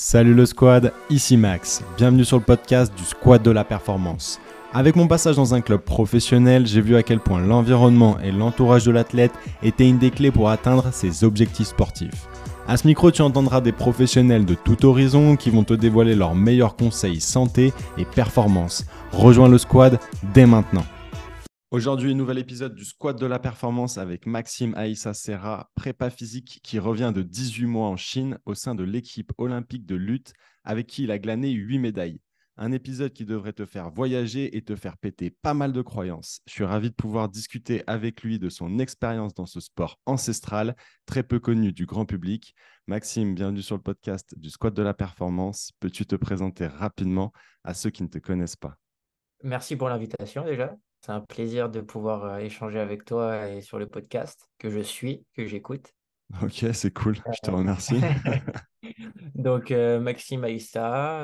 Salut le squad, ici Max, bienvenue sur le podcast du Squad de la Performance. Avec mon passage dans un club professionnel, j'ai vu à quel point l'environnement et l'entourage de l'athlète étaient une des clés pour atteindre ses objectifs sportifs. À ce micro, tu entendras des professionnels de tout horizon qui vont te dévoiler leurs meilleurs conseils santé et performance. Rejoins le squad dès maintenant. Aujourd'hui, nouvel épisode du Squad de la Performance avec Maxime Aïssa Serra, prépa physique qui revient de 18 mois en Chine au sein de l'équipe olympique de lutte avec qui il a glané 8 médailles. Un épisode qui devrait te faire voyager et te faire péter pas mal de croyances. Je suis ravi de pouvoir discuter avec lui de son expérience dans ce sport ancestral, très peu connu du grand public. Maxime, bienvenue sur le podcast du Squad de la Performance. Peux-tu te présenter rapidement à ceux qui ne te connaissent pas? Merci pour l'invitation déjà. C'est un plaisir de pouvoir échanger avec toi et sur le podcast que je suis, que j'écoute. Ok, c'est cool, je te remercie. Donc, Maxime Aïssa,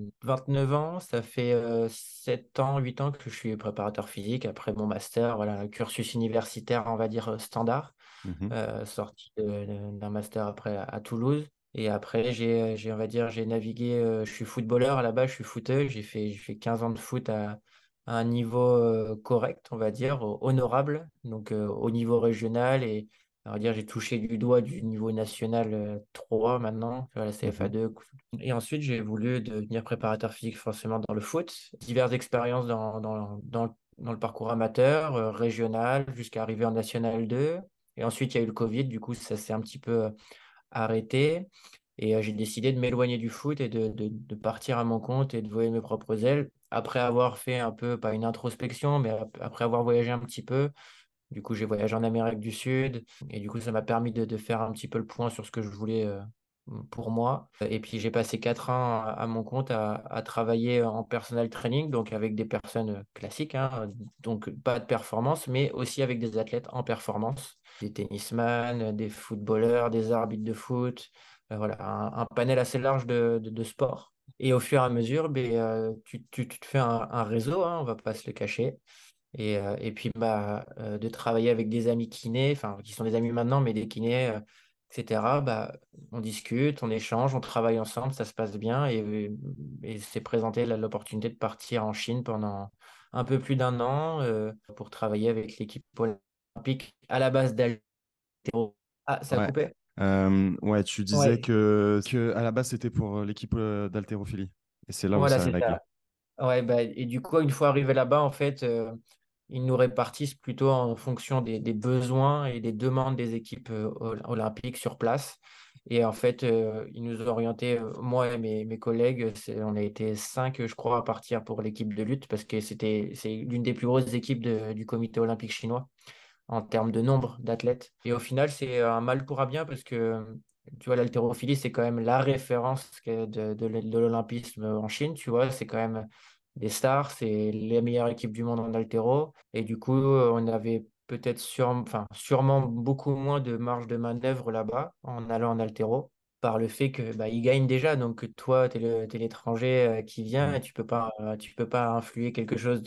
29 ans, ça fait 7 ans, 8 ans que je suis préparateur physique après mon master, voilà, un cursus universitaire, on va dire standard, Mhm. sorti d'un master après à Toulouse. Et après, on va dire, j'ai navigué, je suis footballeur à la base, je suis footeur, j'ai fait 15 ans de foot à un niveau correct, on va dire, honorable, donc au niveau régional et on va dire, j'ai touché du doigt du niveau national 3 maintenant, tu vois, la Mhm. CFA2. Et ensuite, j'ai voulu devenir préparateur physique forcément dans le foot. Diverses expériences dans le parcours amateur, régional, jusqu'à arriver en National 2. Et ensuite, il y a eu le Covid, du coup, ça s'est un petit peu arrêté. Et j'ai décidé de m'éloigner du foot et de partir à mon compte et de voler mes propres ailes. Après avoir fait un peu, pas une introspection, mais après avoir voyagé un petit peu, du coup, j'ai voyagé en Amérique du Sud et du coup, ça m'a permis de faire un petit peu le point sur ce que je voulais pour moi. Et puis, j'ai passé 4 ans à mon compte à travailler en personal training, donc avec des personnes classiques, hein, donc pas de performance, mais aussi avec des athlètes en performance, des tennisman, des footballeurs, des arbitres de foot, voilà, un panel assez large de sports. Et au fur et à mesure, ben, tu te fais un réseau, hein, on va pas se le cacher. Et puis de travailler avec des amis kinés, enfin qui sont des amis maintenant, mais des kinés, etc. On discute, on échange, on travaille ensemble, ça se passe bien et s'est présenté l'opportunité de partir en Chine pendant un peu plus d'un an pour travailler avec l'équipe olympique à la base d'haltéro. Ah, ça a Ouais. coupé? Ouais, tu disais Ouais, que à la base c'était pour l'équipe d'haltérophilie. Et c'est là où voilà, ça a c'est lagué. ça. Ouais, et du coup, une fois arrivé là-bas, en fait, ils nous répartissent plutôt en fonction des besoins et des demandes des équipes olympiques sur place. Et en fait, ils nous ont orientés, moi et mes collègues, on a été 5, je crois, à partir pour l'équipe de lutte parce que c'est l'une des plus grosses équipes du comité olympique chinois en termes de nombre d'athlètes. Et au final, c'est un mal pour un bien parce que, tu vois, l'haltérophilie, c'est quand même la référence de l'olympisme en Chine, tu vois, c'est quand même des stars, c'est les meilleures équipes du monde en haltéro. Et du coup, on avait peut-être enfin, sûrement beaucoup moins de marge de manœuvre là-bas en allant en haltéro par le fait que ils gagnent déjà. Donc toi, t'es l'étranger qui vient Mm. et tu peux pas influer quelque chose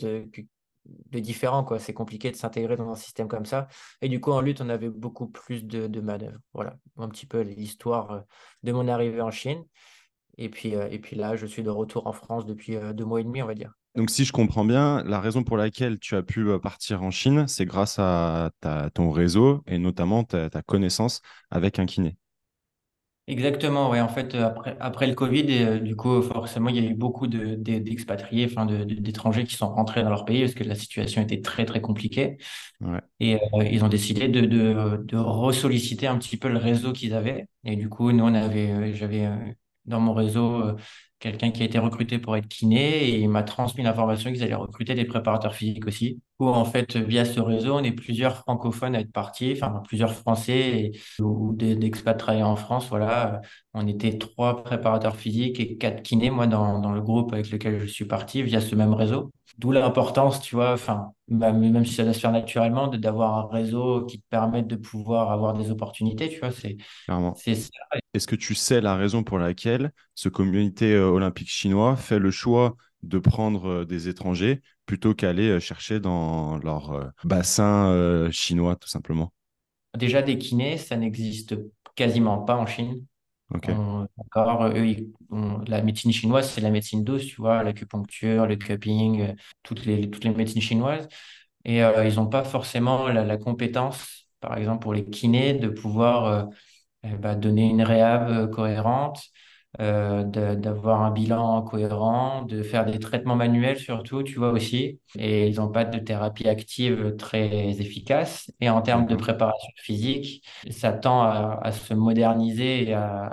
de différent, quoi. C'est compliqué de s'intégrer dans un système comme ça. Et du coup, en lutte, on avait beaucoup plus de manœuvres. Voilà, un petit peu l'histoire de mon arrivée en Chine. Et puis là, je suis de retour en France depuis 2 mois et demi, on va dire. Donc si je comprends bien, la raison pour laquelle tu as pu partir en Chine, c'est grâce à ton réseau et notamment ta connaissance avec un kiné. Exactement, ouais. En fait, après le Covid, et, du coup, forcément, il y a eu beaucoup d'expatriés, enfin, d'étrangers qui sont rentrés dans leur pays parce que la situation était très, très compliquée. Ouais. Et ils ont décidé de ressolliciter un petit peu le réseau qu'ils avaient. Et du coup, nous, j'avais dans mon réseau quelqu'un qui a été recruté pour être kiné et il m'a transmis l'information qu'ils allaient recruter des préparateurs physiques aussi. Ou en fait, via ce réseau, on est plusieurs francophones à être partis, enfin plusieurs Français ou d'expats travaillant en France. Voilà, on était 3 préparateurs physiques et 4 kinés, moi, dans le groupe avec lequel je suis parti via ce même réseau. D'où l'importance, tu vois, enfin, même si ça doit se faire naturellement, d'avoir un réseau qui te permette de pouvoir avoir des opportunités, tu vois, Clairement. c'est ça. Est-ce que tu sais la raison pour laquelle ce comité olympique chinois fait le choix de prendre des étrangers plutôt qu'aller chercher dans leur bassin chinois, tout simplement? Déjà, des kinés, ça n'existe quasiment pas en Chine. Ok. D'accord, eux, la médecine chinoise, c'est la médecine douce, tu vois, l'acupuncture, le cupping, toutes les médecines chinoises. Et ils n'ont pas forcément la compétence, par exemple pour les kinés, de pouvoir donner une réhab cohérente, d'avoir un bilan cohérent, de faire des traitements manuels surtout, tu vois aussi. Et ils n'ont pas de thérapie active très efficace. Et en termes de D'accord. préparation physique, ça tend à se moderniser et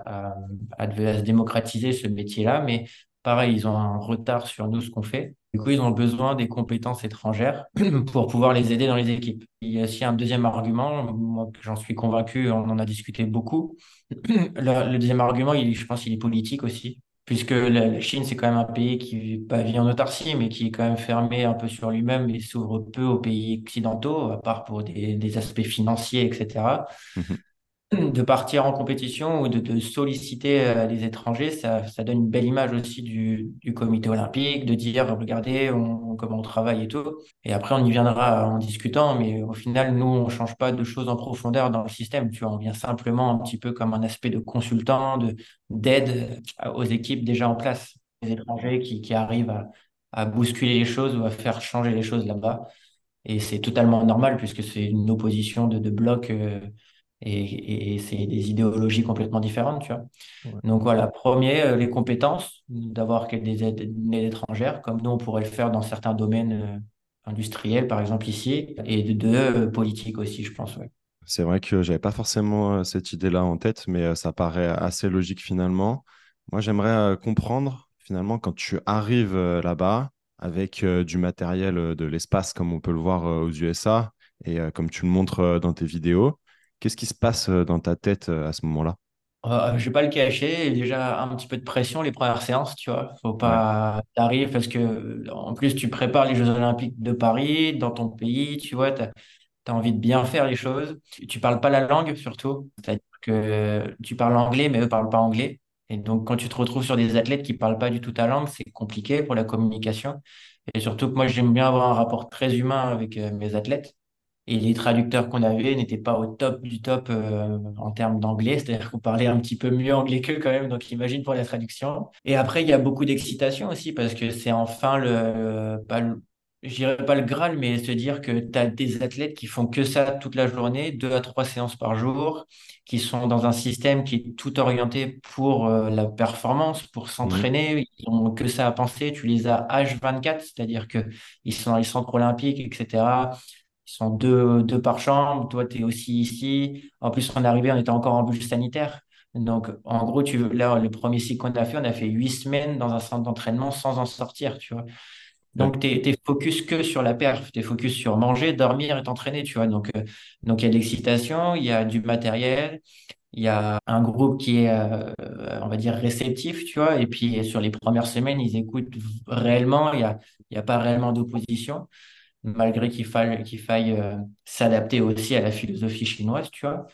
à se démocratiser ce métier-là. Mais pareil, ils ont un retard sur nous, ce qu'on fait. Du coup, ils ont besoin des compétences étrangères pour pouvoir les aider dans les équipes. Il y a aussi un deuxième argument, moi j'en suis convaincu, on en a discuté beaucoup. Le deuxième argument, je pense qu'il est politique aussi, puisque la Chine, c'est quand même un pays qui vit pas vit en autarcie, mais qui est quand même fermé un peu sur lui-même et s'ouvre peu aux pays occidentaux, à part pour des aspects financiers, etc. Mhm. De partir en compétition ou de solliciter les étrangers, ça donne une belle image aussi du comité olympique, de dire, regardez, comment on travaille et tout. Et après, on y viendra en discutant, mais au final, nous, on change pas de choses en profondeur dans le système, tu vois. On vient simplement un petit peu comme un aspect de consultant, d'aide aux équipes déjà en place. Les étrangers qui arrivent à bousculer les choses ou à faire changer les choses là-bas. Et c'est totalement normal puisque c'est une opposition de blocs et c'est des idéologies complètement différentes, tu vois. Ouais. Donc voilà, premier, les compétences, d'avoir des aides étrangères, comme nous on pourrait le faire dans certains domaines industriels, par exemple ici, et de deux, politique aussi, je pense, ouais. C'est vrai que j'avais pas forcément cette idée-là en tête, mais ça paraît assez logique finalement. Moi, j'aimerais comprendre finalement quand tu arrives là-bas avec du matériel de l'espace comme on peut le voir aux USA et comme tu le montres dans tes vidéos, qu'est-ce qui se passe dans ta tête à ce moment-là? Je vais pas le cacher, déjà un petit peu de pression les premières séances, tu vois. Faut Ouais. pas t'arrives parce que en plus tu prépares les Jeux Olympiques de Paris dans ton pays, tu vois, tu as envie de bien faire les choses. Tu parles pas la langue surtout, c'est-à-dire que tu parles anglais mais eux parlent pas anglais. Et donc quand tu te retrouves sur des athlètes qui parlent pas du tout ta langue, c'est compliqué pour la communication. Et surtout que moi j'aime bien avoir un rapport très humain avec mes athlètes. Et les traducteurs qu'on avait n'étaient pas au top du top en termes d'anglais, c'est-à-dire qu'on parlait un petit peu mieux anglais qu'eux quand même, donc imagine pour la traduction. Et après, il y a beaucoup d'excitation aussi parce que c'est enfin pas je dirais pas le Graal, mais se dire que tu as des athlètes qui font que ça toute la journée, 2 à 3 séances par jour, qui sont dans un système qui est tout orienté pour la performance, pour Mhm. s'entraîner, ils ont que ça à penser, tu les as H24, c'est-à-dire que ils sont dans les centres olympiques, etc. Ils sont deux par chambre. Toi, tu es aussi ici. En plus, on est arrivé, on était encore en bulle sanitaire. Donc, en gros, là, le premier cycle qu'on a fait, on a fait 8 semaines dans un centre d'entraînement sans en sortir, tu vois. Ouais. Donc, tu es focus que sur la perf. Tu es focus sur manger, dormir et t'entraîner, tu vois. Donc, il y a de l'excitation, il y a du matériel, il y a un groupe qui est, on va dire, réceptif, tu vois. Et puis, sur les premières semaines, ils écoutent réellement. Il y a pas réellement d'opposition malgré qu'il faille s'adapter aussi à la philosophie chinoise, tu vois.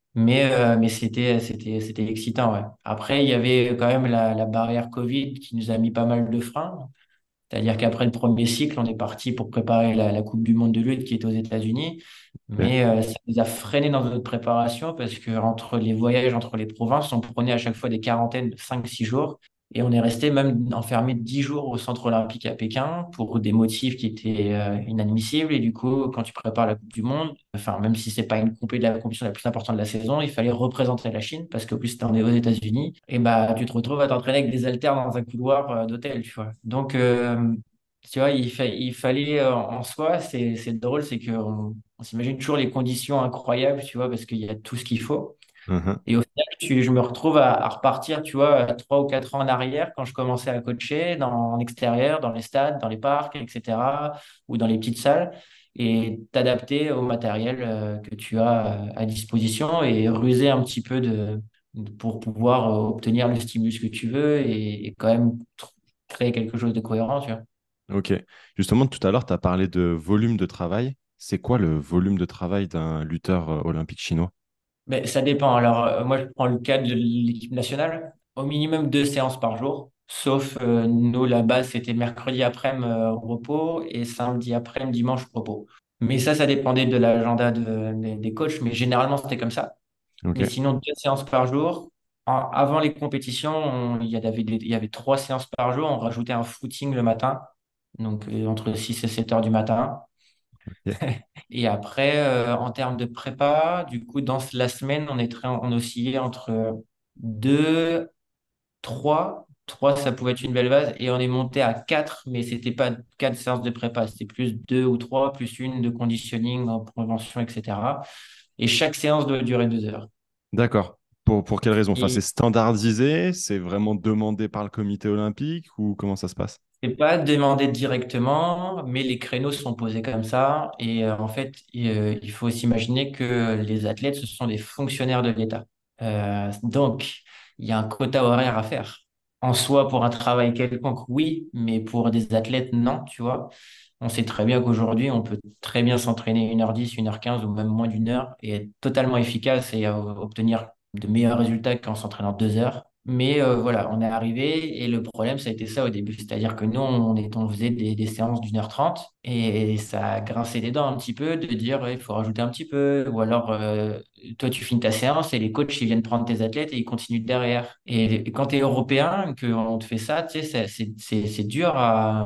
Mais c'était excitant, ouais. Après, il y avait quand même la barrière Covid qui nous a mis pas mal de freins. C'est-à-dire qu'après le premier cycle, on est parti pour préparer la Coupe du monde de lutte qui est aux États-Unis. Ok. Mais ça nous a freiné dans notre préparation parce que entre les voyages, entre les provinces, on prenait à chaque fois des quarantaines de 5, 6 jours. Et on est resté même enfermé 10 jours au centre olympique à Pékin pour des motifs qui étaient inadmissibles. Et du coup, quand tu prépares la Coupe du Monde, enfin, même si c'est pas la compétition la plus importante de la saison, il fallait représenter la Chine parce qu'au plus, c'était aux États-Unis. Et bah, tu te retrouves à t'entraîner avec des haltères dans un couloir d'hôtel, tu vois. Donc, tu vois, il fallait en soi, c'est drôle, c'est qu'on on s'imagine toujours les conditions incroyables, tu vois, parce qu'il y a tout ce qu'il faut. Mhm. Et au final, je me retrouve à repartir, tu vois, à 3 ou 4 ans en arrière quand je commençais à coacher en extérieur, dans les stades, dans les parcs, etc., ou dans les petites salles, et t'adapter au matériel que tu as à disposition et ruser un petit peu pour pouvoir obtenir le stimulus que tu veux et quand même créer quelque chose de cohérent, tu vois. Ok. Justement, tout à l'heure, tu as parlé de volume de travail. C'est quoi le volume de travail d'un lutteur olympique chinois? Mais ça dépend. Alors, moi, je prends le cas de l'équipe nationale. Au minimum 2 séances par jour. Sauf, nous, la base, c'était mercredi après-midi repos et samedi après-midi, dimanche repos. Mais ça dépendait de l'agenda des coachs. Mais généralement, c'était comme ça. Mais Ok. sinon, 2 séances par jour. Avant les compétitions, il y avait 3 séances par jour. On rajoutait un footing le matin, donc entre 6 et 7 heures du matin. Ok. Et après, en termes de prépa, du coup, dans la semaine, on oscillait entre 2, 3. 3, ça pouvait être une belle base. Et on est monté à 4, mais c'était pas 4 séances de prépa. C'était plus 2 ou 3, plus une de conditioning en prévention, etc. Et chaque séance doit durer 2 heures. D'accord. Pour quelle raison? Enfin, c'est Et standardisé? C'est vraiment demandé par le comité olympique ou comment ça se passe? c'est pas demandé directement, mais les créneaux sont posés comme ça. Et en fait, il faut s'imaginer que les athlètes, ce sont des fonctionnaires de l'État. Donc, il y a un quota horaire à faire. En soi, pour un travail quelconque, oui, mais pour des athlètes, non, tu vois. On sait très bien qu'aujourd'hui, on peut très bien s'entraîner 1h10, 1h15 ou même moins d'1 heure et être totalement efficace et obtenir de meilleurs résultats qu'en s'entraînant 2 heures. Mais voilà, on est arrivé et le problème, ça a été ça au début. C'est-à-dire que nous, on faisait des séances d'1h30 et ça a grincé des dents un petit peu de dire ouais, il faut rajouter un petit peu. Ou alors, toi, tu finis ta séance et les coachs, ils viennent prendre tes athlètes et ils continuent derrière. Et quand tu es européen, qu'on te fait ça, tu sais, c'est dur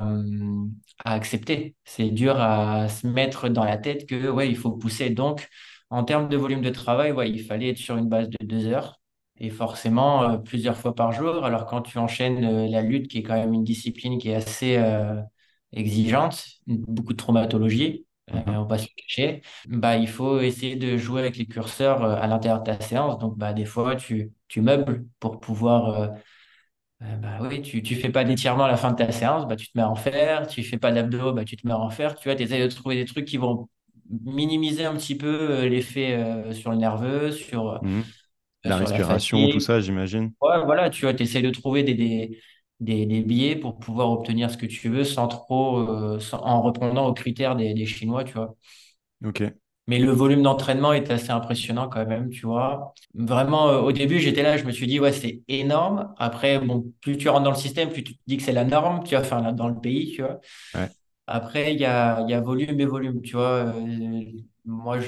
à accepter. C'est dur à se mettre dans la tête que ouais, il faut pousser. Donc, en termes de volume de travail, ouais, il fallait être sur une base de 2 heures et forcément plusieurs fois par jour. Alors, quand tu enchaînes la lutte, qui est quand même une discipline qui est assez exigeante, beaucoup de traumatologie, Mhm. on va pas se le cacher, bah, il faut essayer de jouer avec les curseurs à l'intérieur de ta séance. Donc, bah, des fois, tu meubles pour pouvoir bah oui, tu fais pas d'étirement à la fin de ta séance, bah tu te mets à en faire. Tu fais pas d'abdos, bah tu te mets à en faire. Tu vois, tu essaies de trouver des trucs qui vont minimiser un petit peu l'effet sur le nerveux, Mhm. La sur la respiration, tout fatigue. ça, j'imagine. Ouais, voilà, tu vois, tu essaies de trouver des biais pour pouvoir obtenir ce que tu veux sans trop, en répondant aux critères des Chinois, tu vois. Ok. Mais le volume d'entraînement est assez impressionnant quand même, tu vois. Vraiment, au début, j'étais là, je me suis dit, ouais, c'est énorme. Après, bon, plus tu rentres dans le système, plus tu te dis que c'est la norme, tu vois, enfin, là, dans le pays, tu vois. Ouais. Après, il y a volume et volume, tu vois. Moi,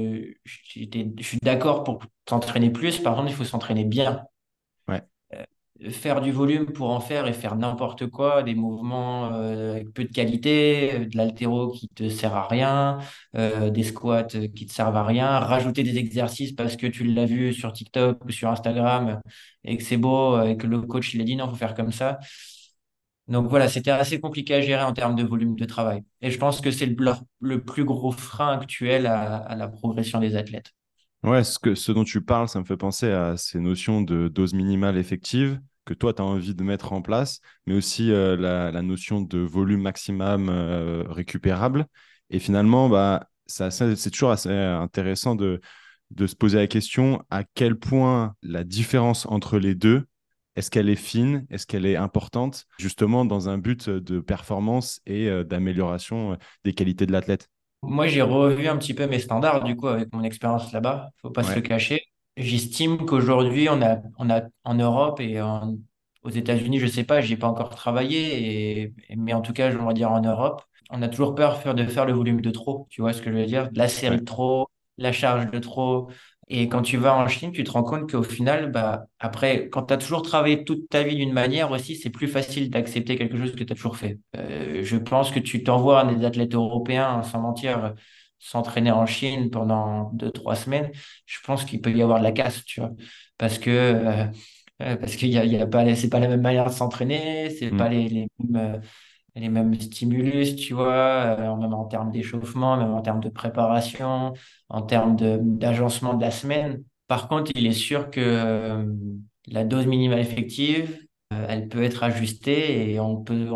je suis d'accord pour s'entraîner plus. Par contre, il faut s'entraîner bien. Ouais. Faire du volume pour en faire et faire n'importe quoi, des mouvements avec peu de qualité, de l'haltéro qui te sert à rien, des squats qui te servent à rien, rajouter des exercices parce que tu l'as vu sur TikTok ou sur Instagram et que c'est beau et que le coach il a dit non, faut faire comme ça. Donc voilà, c'était assez compliqué à gérer en termes de volume de travail. Et je pense que c'est le plus gros frein actuel à la progression des athlètes. Ouais, ce dont tu parles, ça me fait penser à ces notions de dose minimale effective que toi, tu as envie de mettre en place, mais aussi la notion de volume maximum récupérable. Et finalement, bah, c'est toujours assez intéressant de se poser la question à quel point la différence entre les deux, est-ce qu'elle est fine, est-ce qu'elle est importante, justement dans un but de performance et d'amélioration des qualités de l'athlète. Moi, j'ai revu un petit peu mes standards, du coup, avec mon expérience là-bas. Faut pas se le Ouais, cacher. J'estime qu'aujourd'hui, on a en Europe et aux États-Unis, je sais pas, j'y ai pas encore travaillé, mais en tout cas, on va dire en Europe, on a toujours peur de faire le volume de trop. Tu vois ce que je veux dire? De la série ouais. de trop, la charge de trop. Et quand tu vas en Chine, tu te rends compte qu'au final, bah, après, quand tu as toujours travaillé toute ta vie d'une manière aussi, c'est plus facile d'accepter quelque chose que tu as toujours fait. Je pense que tu t'envoies des athlètes européens, sans mentir, s'entraîner en Chine pendant 2, 3 semaines. Je pense qu'il peut y avoir de la casse, tu vois. Parce que, parce qu'il y a pas, c'est pas la même manière de s'entraîner, c'est pas Mm. les mêmes stimulus, tu vois, même en termes d'échauffement, même en termes de préparation, en termes d'agencement de la semaine. Par contre, il est sûr que la dose minimale effective, elle peut être ajustée et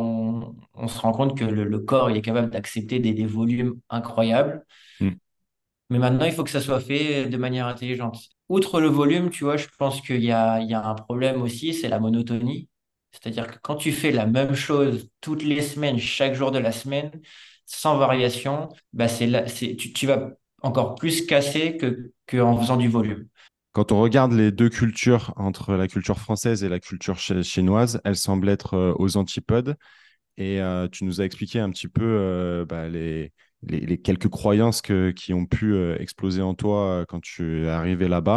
on se rend compte que le corps, il est capable d'accepter des volumes incroyables. Mm. Mais maintenant, il faut que ça soit fait de manière intelligente. Outre le volume, tu vois, je pense qu'il y a un problème aussi, c'est la monotonie. C'est-à-dire que quand tu fais la même chose toutes les semaines, chaque jour de la semaine, sans variation, bah tu vas encore plus casser que en faisant du volume. Quand on regarde les deux cultures, entre la culture française et la culture chinoise, elles semblent être aux antipodes. Et tu nous as expliqué un petit peu bah, les quelques croyances qui ont pu exploser en toi quand tu es arrivé là-bas.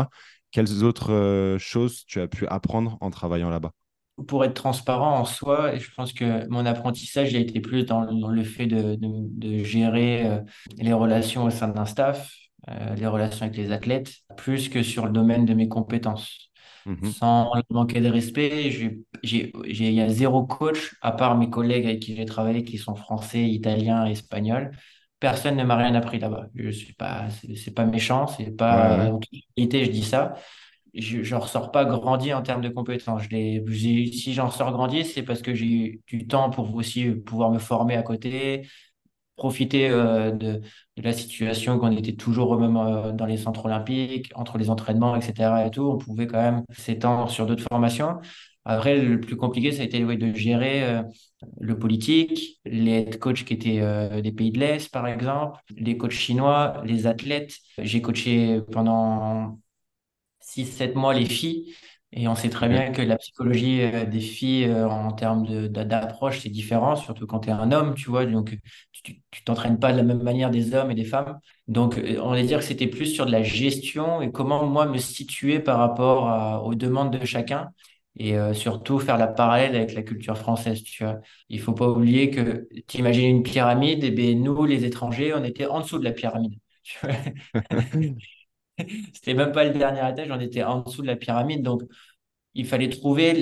Quelles autres choses tu as pu apprendre en travaillant là-bas? Pour être transparent en soi, et je pense que mon apprentissage a été plus dans le fait de gérer les relations au sein d'un staff, les relations avec les athlètes, plus que sur le domaine de mes compétences. Mhm. Sans manquer de respect, il y a zéro coach, à part mes collègues avec qui j'ai travaillé, qui sont français, italiens, espagnols. Personne ne m'a rien appris là-bas. Je suis pas, c'est pas méchant, c'est Ouais, pas ouais. en toute humilité, je dis ça. Je n'en ressors pas grandi en termes de compétences. Si j'en ressors grandi, c'est parce que j'ai eu du temps pour aussi pouvoir me former à côté, profiter de la situation qu'on était toujours même dans les centres olympiques, entre les entraînements, etc. et tout. On pouvait quand même s'étendre sur d'autres formations. Après, le plus compliqué, ça a été ouais, de gérer le politique, les head coachs qui étaient des pays de l'Est, par exemple, les coachs chinois, les athlètes. J'ai coaché pendant 6 7 mois les filles. Et on sait très Ok. bien que la psychologie des filles en termes d'approche, c'est différent, surtout quand tu es un homme, tu vois. Donc, tu t'entraînes pas de la même manière des hommes et des femmes. Donc, on va dire que c'était plus sur de la gestion et comment moi me situer par rapport aux demandes de chacun. Et surtout faire la parallèle avec la culture française, tu vois. Il faut pas oublier que tu imagines une pyramide, et bien nous, les étrangers, on était en dessous de la pyramide. Tu vois. C'était même pas le dernier étage, on était en dessous de la pyramide. Donc, il fallait trouver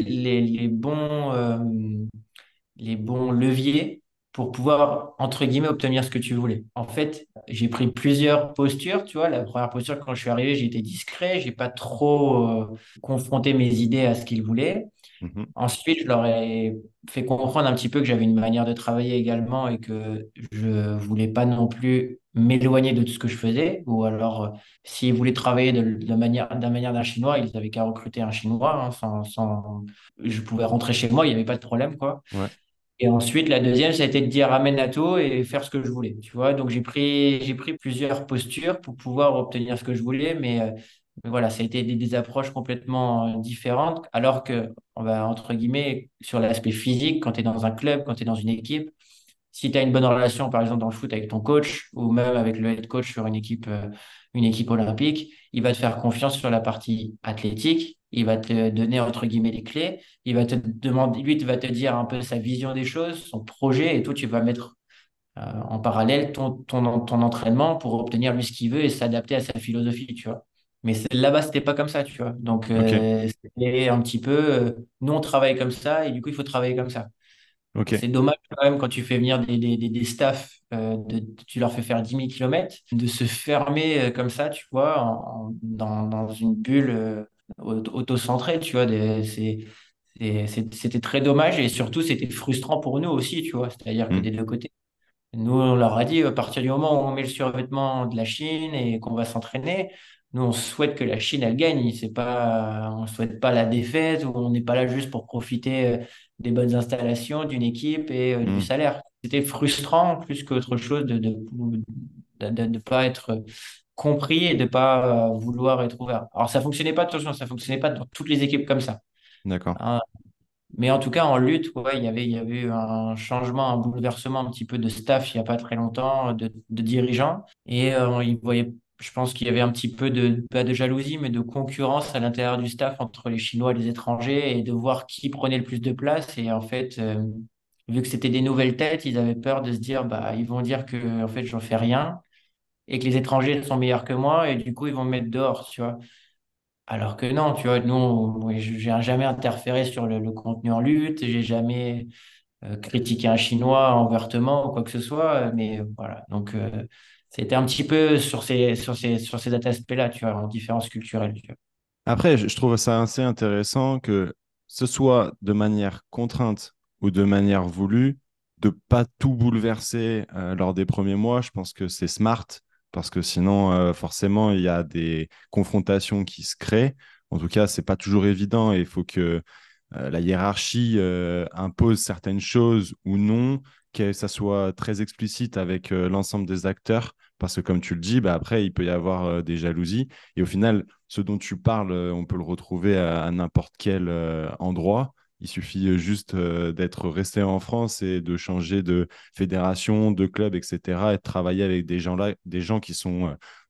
les bons leviers pour pouvoir, entre guillemets, obtenir ce que tu voulais. En fait, j'ai pris plusieurs postures, tu vois. La première posture, quand je suis arrivé, j'ai été discret, j'ai pas trop confronté mes idées à ce qu'ils voulaient. Mhm. Ensuite, je leur ai fait comprendre un petit peu que j'avais une manière de travailler également et que je voulais pas non plus m'éloigner de tout ce que je faisais. Ou alors, s'ils voulaient travailler de la manière d'un Chinois, ils avaient qu'à recruter un Chinois, hein, je pouvais rentrer chez moi, il n'y avait pas de problème, quoi. Ouais. Et ensuite, la deuxième, ça a été de dire amène à tout et faire ce que je voulais. Tu vois, donc j'ai pris plusieurs postures pour pouvoir obtenir ce que je voulais, mais voilà, ça a été des approches complètement différentes. Alors que, on va, entre guillemets, sur l'aspect physique, quand tu es dans un club, quand tu es dans une équipe, si tu as une bonne relation, par exemple, dans le foot avec ton coach ou même avec le head coach sur une équipe olympique, il va te faire confiance sur la partie athlétique. Il va te donner, entre guillemets, les clés. Il va te demander, lui, il va te dire un peu sa vision des choses, son projet, et toi, tu vas mettre en parallèle ton entraînement pour obtenir lui ce qu'il veut et s'adapter à sa philosophie, tu vois. Mais là-bas, c'était pas comme ça, tu vois. Donc, Ok. c'était un petit peu, nous, on travaille comme ça et du coup, il faut travailler comme ça. Ok. C'est dommage quand même quand tu fais venir des staffs, tu leur fais faire 10 000 kilomètres, de se fermer comme ça, tu vois, dans une bulle auto-centrée, tu vois. C'était très dommage et surtout c'était frustrant pour nous aussi, tu vois. C'est-à-dire que Mm. des deux côtés. Nous, on leur a dit, à partir du moment où on met le survêtement de la Chine et qu'on va s'entraîner, nous, on souhaite que la Chine, elle gagne. C'est pas, on souhaite pas la défaite ou on n'est pas là juste pour profiter des bonnes installations d'une équipe et du Mm. salaire. C'était frustrant plus qu'autre chose de pas être compris et de pas vouloir être ouvert. Alors, ça fonctionnait pas, attention, ça fonctionnait pas dans toutes les équipes comme ça. D'accord. Hein. Mais en tout cas, en lutte, ouais, il y avait eu un changement, un bouleversement un petit peu de staff il n'y a pas très longtemps, de dirigeants. Et je pense qu'il y avait un petit peu pas de jalousie, mais de concurrence à l'intérieur du staff entre les Chinois et les étrangers et de voir qui prenait le plus de place. Et en fait, vu que c'était des nouvelles têtes, ils avaient peur de se dire, bah, ils vont dire que en fait, j'en fais rien et que les étrangers sont meilleurs que moi et du coup, ils vont me mettre dehors, tu vois. Alors que non, tu vois, nous, ouais, j'ai jamais interféré sur le contenu en lutte, j'ai jamais critiqué un Chinois ouvertement ou quoi que ce soit, mais voilà. Donc, c'était un petit peu sur ces aspects-là, tu vois, en différence culturelle, tu vois. Après, je trouve ça assez intéressant que ce soit de manière contrainte ou de manière voulue, de pas tout bouleverser lors des premiers mois. Je pense que c'est smart parce que sinon, forcément, il y a des confrontations qui se créent. En tout cas, c'est pas toujours évident et il faut que la hiérarchie impose certaines choses ou non, que ça soit très explicite avec l'ensemble des acteurs, parce que comme tu le dis, bah, après, il peut y avoir des jalousies. Et au final, ce dont tu parles, on peut le retrouver à n'importe quel endroit. Il suffit juste d'être resté en France et de changer de fédération, de club, etc. et de travailler avec des gens là, des gens qui sont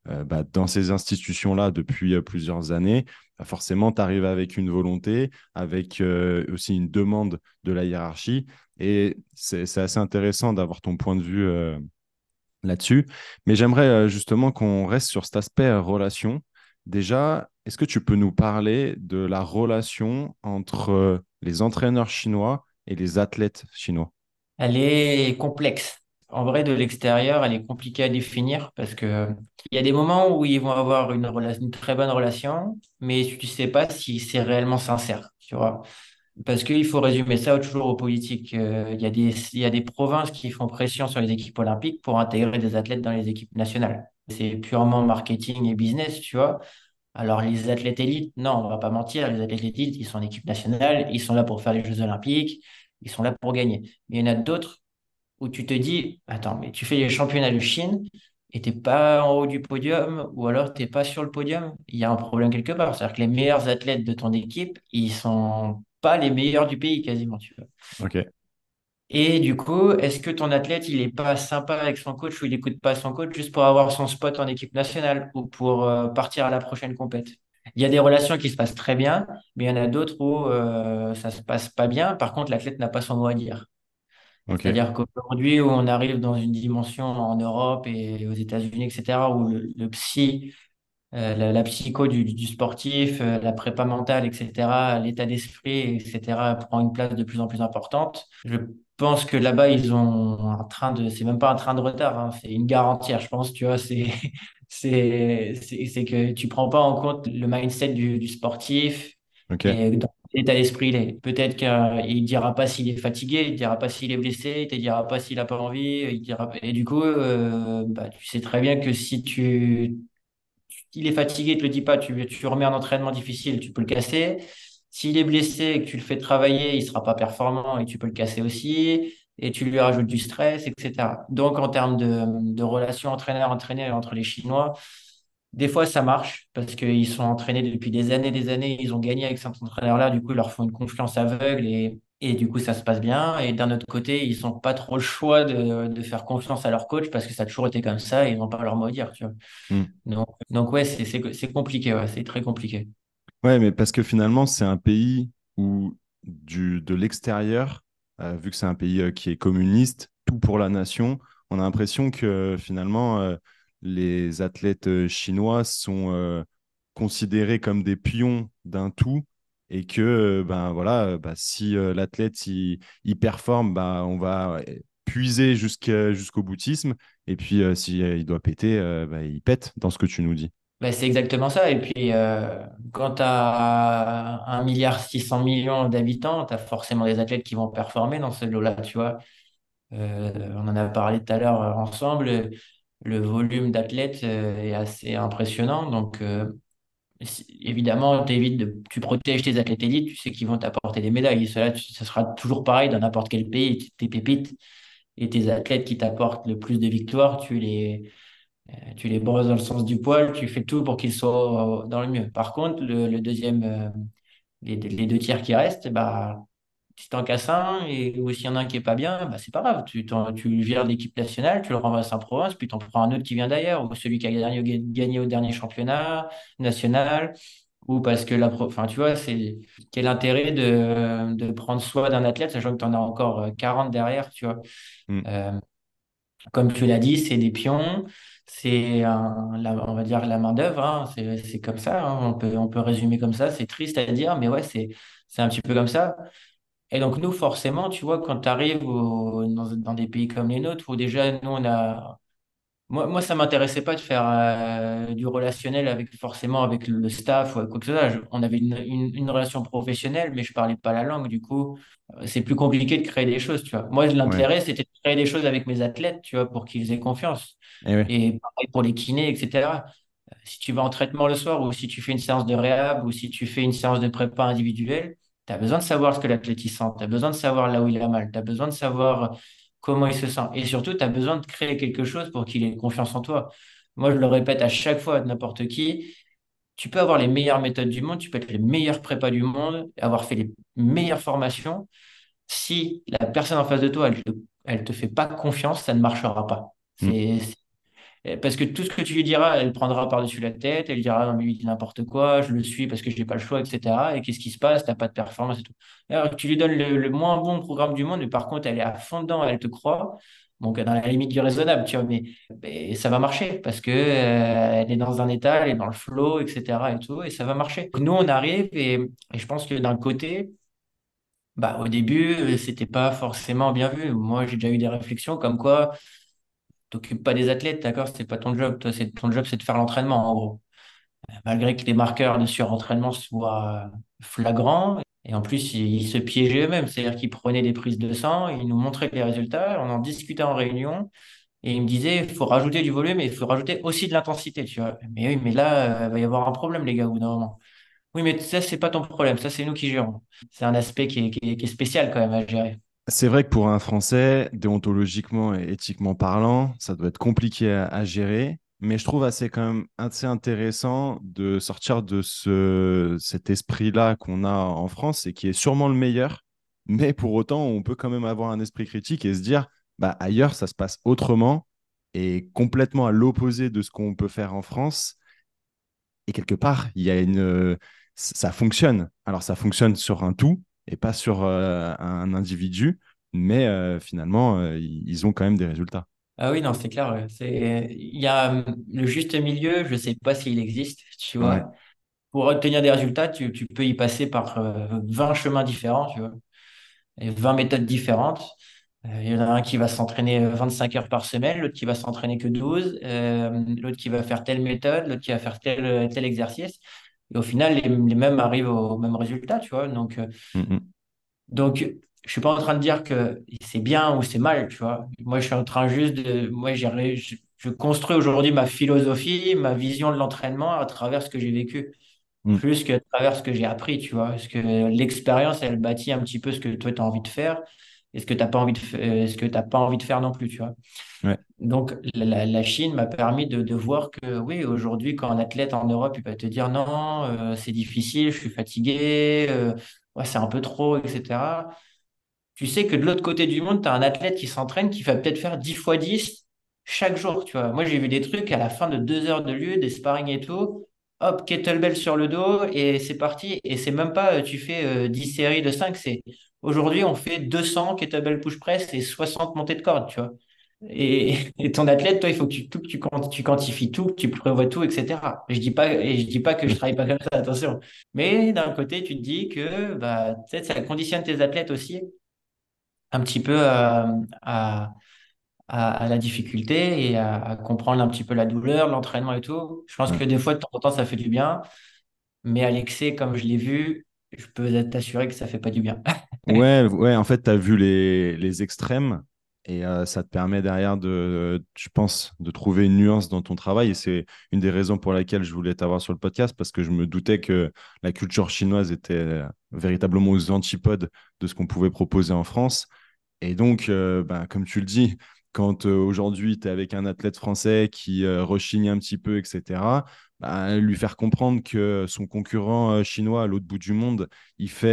dans ces institutions-là depuis plusieurs années, bah, forcément, tu arrives avec une volonté, avec aussi une demande de la hiérarchie. Et c'est assez intéressant d'avoir ton point de vue là-dessus. Mais j'aimerais justement qu'on reste sur cet aspect relation. Déjà, est-ce que tu peux nous parler de la relation entre les entraîneurs chinois et les athlètes chinois? Elle est complexe. En vrai, de l'extérieur, elle est compliquée à définir parce que il y a des moments où ils vont avoir une très bonne relation, mais tu sais pas si c'est réellement sincère, tu vois. Parce qu'il faut résumer ça toujours aux politiques. Il y a des provinces qui font pression sur les équipes olympiques pour intégrer des athlètes dans les équipes nationales. C'est purement marketing et business, tu vois. Alors, les athlètes élites, non, on va pas mentir, les athlètes élites, ils sont en équipe nationale, ils sont là pour faire les Jeux olympiques, ils sont là pour gagner. Mais il y en a d'autres où tu te dis, attends, mais tu fais les championnats de Chine et t'es pas en haut du podium ou alors t'es pas sur le podium. Il y a un problème quelque part. C'est-à-dire que les meilleurs athlètes de ton équipe, ils sont pas les meilleurs du pays quasiment, tu vois. Ok, Et du coup, est-ce que ton athlète, il est pas sympa avec son coach ou il écoute pas son coach juste pour avoir son spot en équipe nationale ou pour partir à la prochaine compète? Il y a des relations qui se passent très bien, mais il y en a d'autres où ça se passe pas bien. Par contre, l'athlète n'a pas son mot à dire. ok, C'est-à-dire qu'aujourd'hui, où on arrive dans une dimension en Europe et aux États-Unis, etc., où le psy, la psycho du sportif, la prépa mentale, etc., l'état d'esprit, etc., prend une place de plus en plus importante. Je pense que là-bas, ils ont c'est même pas un train de retard, hein, c'est une gare entière, je pense, tu vois, c'est que tu prends pas en compte le mindset du sportif ok. et dans quel état d'esprit il est. Peut-être qu'il dira pas s'il est fatigué, il dira pas s'il est blessé, il te dira pas s'il a pas envie, il dira, et du coup, bah, tu sais très bien que si il est fatigué, il te le dit pas, tu remets un entraînement difficile, tu peux le casser. S'il est blessé et que tu le fais travailler, il sera pas performant et tu peux le casser aussi. Et tu lui rajoutes du stress, etc. Donc, en termes de relation entraîneur-entraîné entre les Chinois, des fois, ça marche parce qu'ils sont entraînés depuis des années, ils ont gagné avec cet entraîneur-là, du coup, ils leur font une confiance aveugle et du coup, ça se passe bien. Et d'un autre côté, ils n'ont pas trop le choix de faire confiance à leur coach parce que ça a toujours été comme ça et ils n'ont pas leur mot à dire, tu vois. Hmm. Donc ouais, c'est compliqué, ouais, c'est très compliqué. Ouais, mais parce que finalement, c'est un pays où, de l'extérieur, vu que c'est un pays qui est communiste, tout pour la nation, on a l'impression que finalement, les athlètes chinois sont considérés comme des pions d'un tout et que ben, voilà, si l'athlète il performe, bah, on va puiser jusqu'au boutisme et puis si il doit péter, bah, il pète dans ce que tu nous dis. Ben, c'est exactement ça. Et puis, quand tu as 1,6 milliard d'habitants, tu as forcément des athlètes qui vont performer dans ce lot-là, tu vois. On en a parlé tout à l'heure ensemble. Le volume d'athlètes est assez impressionnant. Donc, évidemment, tu protèges tes athlètes élites, tu sais qu'ils vont t'apporter des médailles. Et cela, ça sera toujours pareil dans n'importe quel pays. Tes pépites et tes athlètes qui t'apportent le plus de victoires, tu les brosses dans le sens du poil, tu fais tout pour qu'ils soient dans le mieux. Par contre, le deuxième, les deux tiers qui restent, bah, si t'en casses un ou s'il y en a un qui est pas bien, bah, c'est pas grave. Tu le vires de l'équipe nationale, tu le renvoies à Saint-Province, puis t'en prends un autre qui vient d'ailleurs, ou celui qui a gagné au dernier championnat national, ou parce que enfin, tu vois, quel intérêt de prendre soin d'un athlète, sachant que tu en as encore 40 derrière, tu vois. Hmm. Euh, Comme tu l'as dit, c'est des pions, on va dire la main-d'œuvre, hein, c'est comme ça, hein, on peut résumer comme ça, c'est triste à dire, mais ouais, c'est un petit peu comme ça. Et donc, nous, forcément, tu vois, quand tu arrives dans des pays comme les nôtres, où déjà, nous, moi, ça m'intéressait pas de faire du relationnel forcément avec le staff ou avec quoi que ce soit. On avait une relation professionnelle, mais je parlais pas la langue. Du coup, c'est plus compliqué de créer des choses, tu vois. Moi, Ouais. l'intérêt, c'était de créer des choses avec mes athlètes, tu vois, pour qu'ils aient confiance. Eh ouais. Et pareil pour les kinés, etc. Si tu vas en traitement le soir ou si tu fais une séance de réhab ou si tu fais une séance de prépa individuelle, tu as besoin de savoir ce que l'athlète il sent, tu as besoin de savoir là où il a mal, tu as besoin de savoir comment il se sent. Et surtout, tu as besoin de créer quelque chose pour qu'il ait confiance en toi. Moi, je le répète à chaque fois à n'importe qui, tu peux avoir les meilleures méthodes du monde, tu peux être les meilleurs prépas du monde, avoir fait les meilleures formations. Si la personne en face de toi, elle te fait pas confiance, ça ne marchera pas. Hmm. Parce que tout ce que tu lui diras, elle prendra par-dessus la tête, elle dira, non, mais lui, il dit n'importe quoi, je le suis parce que j'ai pas le choix, etc. Et qu'est-ce qui se passe? T'as pas de performance et tout. Alors que tu lui donnes le moins bon programme du monde, mais par contre, elle est à fond dedans, elle te croit. Donc, dans la limite du raisonnable, tu vois, mais ça va marcher parce que, elle est dans un état, elle est dans le flow, etc. et tout, et ça va marcher. Nous, on arrive et je pense que d'un côté, bah, au début, c'était pas forcément bien vu. Moi, j'ai déjà eu des réflexions comme quoi, t'occupes pas des athlètes, d'accord? C'est pas ton job. Toi, ton job, c'est de faire l'entraînement, en gros. Malgré que les marqueurs de surentraînement soient flagrants. Et en plus, ils se piégeaient eux-mêmes. C'est-à-dire qu'ils prenaient des prises de sang, ils nous montraient les résultats, on en discutait en réunion. Et ils me disaient, il faut rajouter du volume et il faut rajouter aussi de l'intensité, tu vois. Mais oui, mais là, il va y avoir un problème, les gars, au bout d'un moment. Oui, mais ça, c'est pas ton problème. Ça, c'est nous qui gérons. C'est un aspect qui est spécial quand même à gérer. C'est vrai que pour un Français, déontologiquement et éthiquement parlant, ça doit être compliqué à gérer, mais je trouve quand même assez intéressant de sortir de cet esprit-là qu'on a en France et qui est sûrement le meilleur, mais pour autant, on peut quand même avoir un esprit critique et se dire, bah, ailleurs, ça se passe autrement et complètement à l'opposé de ce qu'on peut faire en France. Et quelque part, ça fonctionne. Alors, ça fonctionne sur un tout et pas sur un individu, mais finalement, ils ont quand même des résultats. Ah oui, non, c'est clair. Ouais. Il y a le juste milieu, je sais pas s'il existe, tu Ouais. vois. Pour obtenir des résultats, tu peux y passer par 20 chemins différents, tu vois, et 20 méthodes différentes. Il y en a un qui va s'entraîner 25 heures par semaine, l'autre qui va s'entraîner que 12, l'autre qui va faire telle méthode, l'autre qui va faire tel exercice. Et au final, les mêmes arrivent au même résultat, tu vois. Mhm. Donc, je suis pas en train de dire que c'est bien ou c'est mal, tu vois. Moi, je suis en train juste moi, je construis aujourd'hui ma philosophie, ma vision de l'entraînement à travers ce que j'ai vécu, Mhm. plus qu'à travers ce que j'ai appris, tu vois. Parce que l'expérience, elle bâtit un petit peu ce que toi, tu as envie de faire et ce que tu n'as pas envie ce que t'as pas envie de faire non plus, tu vois. Ouais. Donc, la Chine m'a permis de voir que, oui, aujourd'hui, quand un athlète en Europe, il va te dire non, c'est difficile, je suis fatigué, ouais, c'est un peu trop, etc. Tu sais que de l'autre côté du monde, tu as un athlète qui s'entraîne, qui va peut-être faire 10 fois 10 chaque jour, tu vois. Moi, j'ai vu des trucs à la fin de 2 heures de lieu, des sparring et tout. Hop, kettlebell sur le dos et c'est parti. Et c'est même pas, tu fais 10 séries de 5, c'est aujourd'hui, on fait 200 kettlebell push press et 60 montées de corde, tu vois. Et ton athlète, toi, il faut tu quantifies tout, que tu prévois tout, etc. Je dis pas que je travaille pas comme ça, attention. Mais d'un côté, tu te dis que bah, peut-être ça conditionne tes athlètes aussi un petit peu à, à la difficulté et à comprendre un petit peu la douleur, l'entraînement et tout. Je pense Ouais. que des fois, de temps en temps, ça fait du bien, mais à l'excès, comme je l'ai vu, je peux t'assurer que ça fait pas du bien. Ouais, ouais, en fait, tu as vu les extrêmes et ça te permet derrière je pense, de trouver une nuance dans ton travail. Et c'est une des raisons pour laquelle je voulais t'avoir sur le podcast parce que je me doutais que la culture chinoise était véritablement aux antipodes de ce qu'on pouvait proposer en France. Et donc, ben, comme tu le dis, quand aujourd'hui tu es avec un athlète français qui rechigne un petit peu, etc., ben, lui faire comprendre que son concurrent chinois à l'autre bout du monde, il fait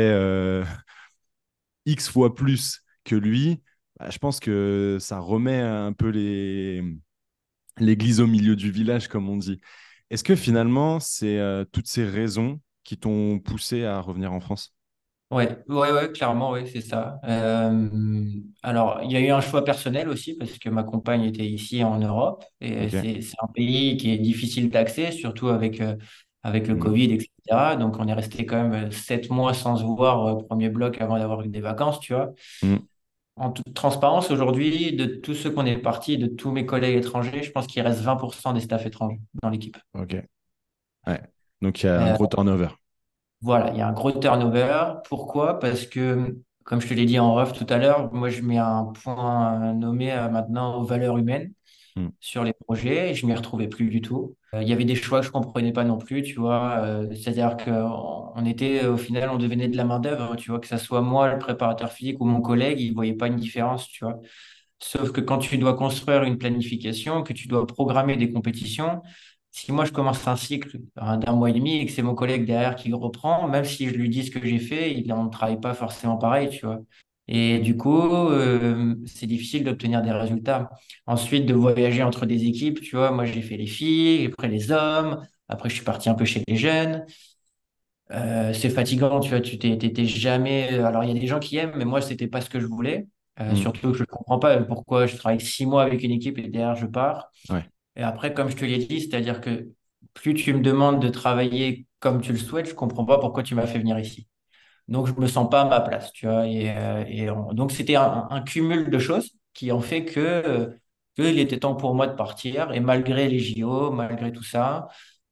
X fois plus que lui, bah, je pense que ça remet un peu l'église au milieu du village, comme on dit. Est-ce que finalement, c'est toutes ces raisons qui t'ont poussé à revenir en France? Ouais, clairement, ouais, c'est ça. Alors, il y a eu un choix personnel aussi parce que ma compagne était ici en Europe et Ok. c'est un pays qui est difficile d'accès, surtout avec le Mm. Covid, etc. Donc, on est resté quand même 7 mois sans se voir au premier bloc avant d'avoir eu des vacances, tu vois. Mm. En toute transparence, aujourd'hui, de tous ceux qu'on est partis, de tous mes collègues étrangers, je pense qu'il reste 20% des staffs étrangers dans l'équipe. Ok. Ouais. Donc, il y a un Euh, gros turnover. voilà, il y a un gros turnover. Pourquoi? Parce que, comme je te l'ai dit en ref tout à l'heure, moi, je mets un point nommé maintenant aux valeurs humaines Mm. sur les projets et je m'y retrouvais plus du tout. Il y avait des choix que je comprenais pas non plus, tu vois. C'est-à-dire qu'on était, au final, on devenait de la main-d'œuvre, tu vois, que ça soit moi, le préparateur physique ou mon collègue, ils voyaient pas une différence, tu vois. Sauf que quand tu dois construire une planification, que tu dois programmer des compétitions, si moi je commence un cycle d'un mois et demi et que c'est mon collègue derrière qui le reprend, même si je lui dis ce que j'ai fait, il ne travaille pas forcément pareil, tu vois. Et du coup, c'est difficile d'obtenir des résultats. Ensuite, de voyager entre des équipes, tu vois, moi j'ai fait les filles, après les hommes, après je suis parti un peu chez les jeunes. C'est fatigant, tu vois, t'étais jamais. Alors il y a des gens qui aiment, mais moi c'était pas ce que je voulais. Hmm. Surtout que je comprends pas pourquoi je travaille 6 mois avec une équipe et derrière je pars. Ouais. Et après, comme je te l'ai dit, c'est-à-dire que plus tu me demandes de travailler comme tu le souhaites, je comprends pas pourquoi tu m'as fait venir ici. Donc, je me sens pas à ma place, tu vois. Donc, c'était un cumul de choses qui ont fait que il était temps pour moi de partir. Et malgré les JO, malgré tout ça,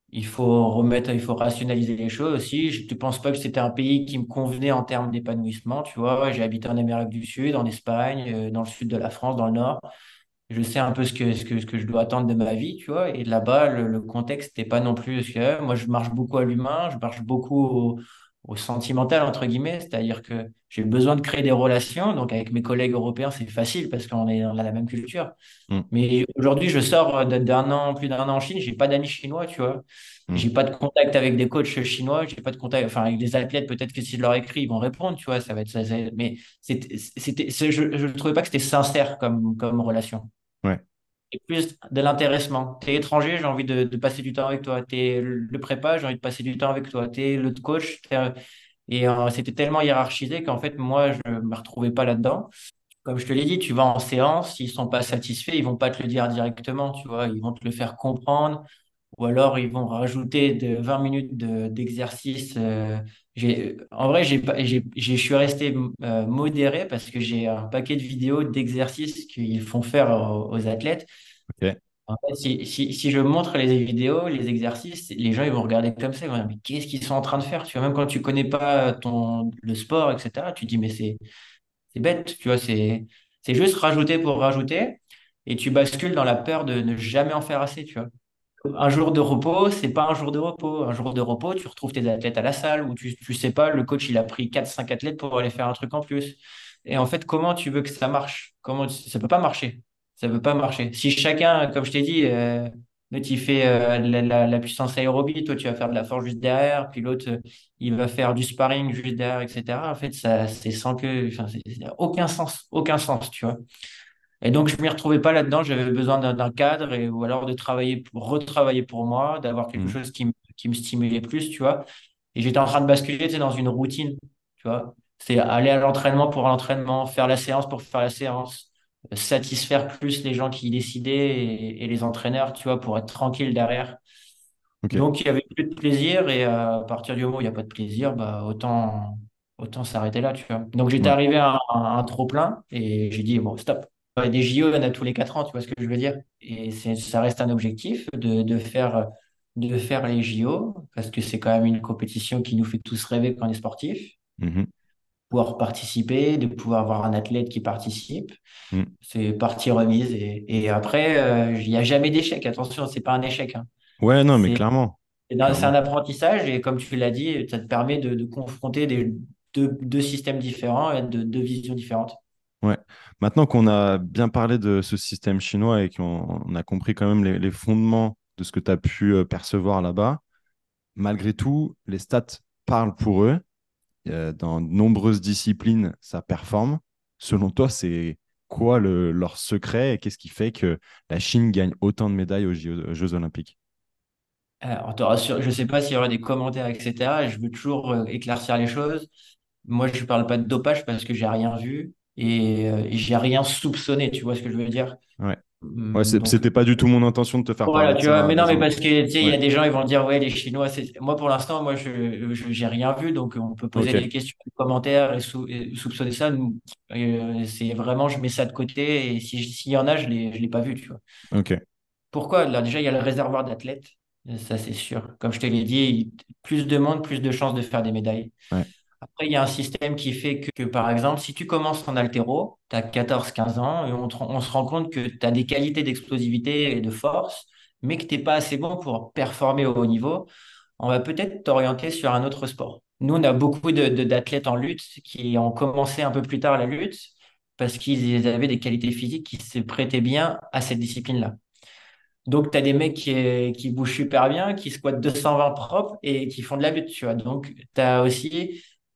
il faut rationaliser les choses aussi. Je ne pense pas que c'était un pays qui me convenait en termes d'épanouissement, tu vois. J'ai habité en Amérique du Sud, en Espagne, dans le sud de la France, dans le nord. Je sais un peu ce que je dois attendre de ma vie, tu vois. Et là-bas, le contexte n'est pas non plus ce que moi, je marche beaucoup à l'humain, je marche beaucoup au sentimental, entre guillemets. C'est-à-dire que j'ai besoin de créer des relations. Donc, avec mes collègues européens, c'est facile parce on a la même culture. Hmm. Mais aujourd'hui, je sors plus d'un an en Chine, j'ai pas d'amis chinois, tu vois. Hmm. J'ai pas de contact avec des coachs chinois, j'ai pas de contact, enfin, avec des athlètes, peut-être que si je leur écris, ils vont répondre, tu vois, ça va être ça. Mais je ne trouvais pas que c'était sincère comme relation. Ouais. Et plus de l'intéressement. T'es étranger, j'ai envie de passer du temps avec toi. T'es le prépa, j'ai envie de passer du temps avec toi. T'es le coach. C'était tellement hiérarchisé qu'en fait, moi, je me retrouvais pas là-dedans. Comme je te l'ai dit, tu vas en séance, s'ils sont pas satisfaits, ils vont pas te le dire directement, tu vois. Ils vont te le faire comprendre. Ou alors, ils vont rajouter 20 minutes d'exercice. En vrai, je suis resté modéré parce que j'ai un paquet de vidéos d'exercices qu'ils font faire aux athlètes. Ok. En fait, si je montre les vidéos, les exercices, les gens ils vont regarder comme ça, ils vont dire, mais qu'est-ce qu'ils sont en train de faire? Tu vois, même quand tu connais pas le sport, etc., tu te dis, mais c'est bête, tu vois, c'est juste rajouter pour rajouter, et tu bascules dans la peur de ne jamais en faire assez, tu vois. Un jour de repos, c'est pas un jour de repos. Un jour de repos, tu retrouves tes athlètes à la salle où tu sais pas, le coach, il a pris quatre cinq athlètes pour aller faire un truc en plus. Et en fait, comment tu veux que ça marche? Ça peut pas marcher. Ça peut pas marcher. Si chacun, comme je t'ai dit, l'autre, il fait la puissance aérobie, toi, tu vas faire de la force juste derrière, puis l'autre, il va faire du sparring juste derrière, etc. En fait, ça, c'est sans que, enfin, ça n'a aucun sens, tu vois. Et donc, je m'y retrouvais pas là-dedans. J'avais besoin d'un cadre ou alors de retravailler pour moi, d'avoir quelque Hmm. chose qui me stimulait plus, tu vois. Et j'étais en train de basculer, tu sais, dans une routine, tu vois. C'est aller à l'entraînement pour l'entraînement, faire la séance pour faire la séance, satisfaire plus les gens qui décidaient et les entraîneurs, tu vois, pour être tranquille derrière. Ok. Donc, il y avait plus de plaisir et à partir du moment où il n'y a pas de plaisir, bah, autant s'arrêter là, tu vois. Donc, j'étais Ouais. arrivé à un trop-plein et j'ai dit, bon, stop. Des JO, il y en a tous les 4 ans, tu vois ce que je veux dire? Et ça reste un objectif de faire les JO parce que c'est quand même une compétition qui nous fait tous rêver quand on est sportif. Mhm. Pouvoir participer, de pouvoir avoir un athlète qui participe, Hmm. c'est partie remise. Et après, il n'y a jamais d'échec. Attention, c'est pas un échec, hein. Ouais, non, mais C'est clairement. c'est un Clairement. apprentissage et comme tu l'as dit, ça te permet de confronter deux systèmes différents et deux visions différentes. Ouais. Maintenant qu'on a bien parlé de ce système chinois et qu'on a compris quand même les fondements de ce que tu as pu percevoir là-bas, malgré tout, les stats parlent pour eux. Dans de nombreuses disciplines, ça performe. Selon toi, c'est quoi leur secret et qu'est-ce qui fait que la Chine gagne autant de médailles aux Jeux Olympiques? On te rassure, je ne sais pas s'il y aura des commentaires, etc. Je veux toujours éclaircir les choses. Moi, je ne parle pas de dopage parce que j'ai rien vu et j'ai rien soupçonné, tu vois ce que je veux dire? Ouais. Ouais, Donc, c'était pas du tout mon intention de te faire parler voilà, de tu vois, ça, mais non, mais désolé. parce que, tu sais, il y Ouais, a des gens, ils vont dire, ouais, les Chinois, moi, pour l'instant, moi, j'ai rien vu, donc on peut poser ok, des questions, des commentaires et soupçonner ça. C'est vraiment, je mets ça de côté et s'il y en a, je l'ai pas vu, tu vois. ok, Pourquoi? Là, déjà, il y a le réservoir d'athlètes, ça, c'est sûr. Comme je te l'ai dit, plus de monde, plus de chances de faire des médailles. ouais, Après, il y a un système qui fait par exemple, si tu commences en haltéro, tu as 14-15 ans, et on se rend compte que tu as des qualités d'explosivité et de force, mais que tu n'es pas assez bon pour performer au haut niveau, on va peut-être t'orienter sur un autre sport. Nous, on a beaucoup d'athlètes en lutte qui ont commencé un peu plus tard la lutte parce qu'ils avaient des qualités physiques qui se prêtaient bien à cette discipline-là. Donc, tu as des mecs qui bougent super bien, qui squattent 220 propres et qui font de la lutte, tu vois. Donc, tu as aussi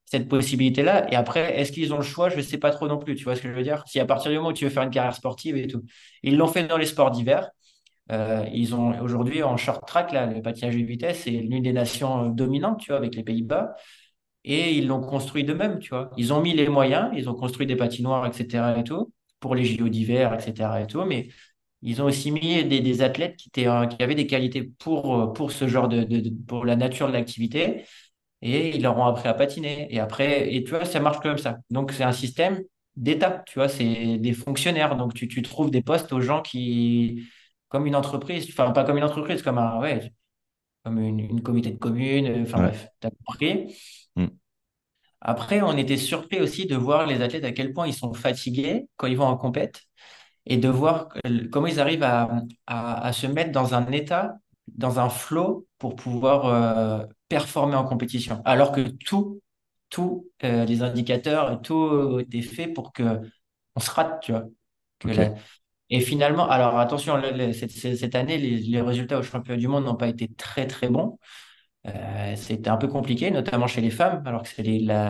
cette possibilité-là. Et après, est-ce qu'ils ont le choix? Je ne sais pas trop non plus. Tu vois ce que je veux dire? Si à partir du moment où tu veux faire une carrière sportive et tout. Ils l'ont fait dans les sports d'hiver. Ils ont aujourd'hui en short track, là, le patinage de vitesse, c'est l'une des nations dominantes, tu vois, avec les Pays-Bas. Et ils l'ont construit d'eux-mêmes, tu vois. Ils ont mis les moyens, ils ont construit des patinoires, etc. et tout, pour les JO d'hiver, etc. et tout. Mais ils ont aussi mis des athlètes qui avaient des qualités pour ce genre pour la nature de l'activité et ils leur ont appris à patiner. Et après, et tu vois, ça marche comme ça. Donc, c'est un système d'étapes, tu vois, c'est des fonctionnaires. Donc, tu trouves des postes aux gens comme une entreprise, enfin, pas comme une entreprise, ouais, comme une comité de communes, enfin, Ouais. bref, t'as compris. Mm. Après, on était surpris aussi de voir les athlètes à quel point ils sont fatigués quand ils vont en compète et de voir comment ils arrivent à se mettre dans un état, dans un flow pour pouvoir performer en compétition. Alors que tous les indicateurs, tout est fait pour que on se rate, tu vois. Que Ok. la- Et finalement, alors attention, cette année, les résultats au championnat du monde n'ont pas été très très bons. C'était un peu compliqué, notamment chez les femmes, alors que c'est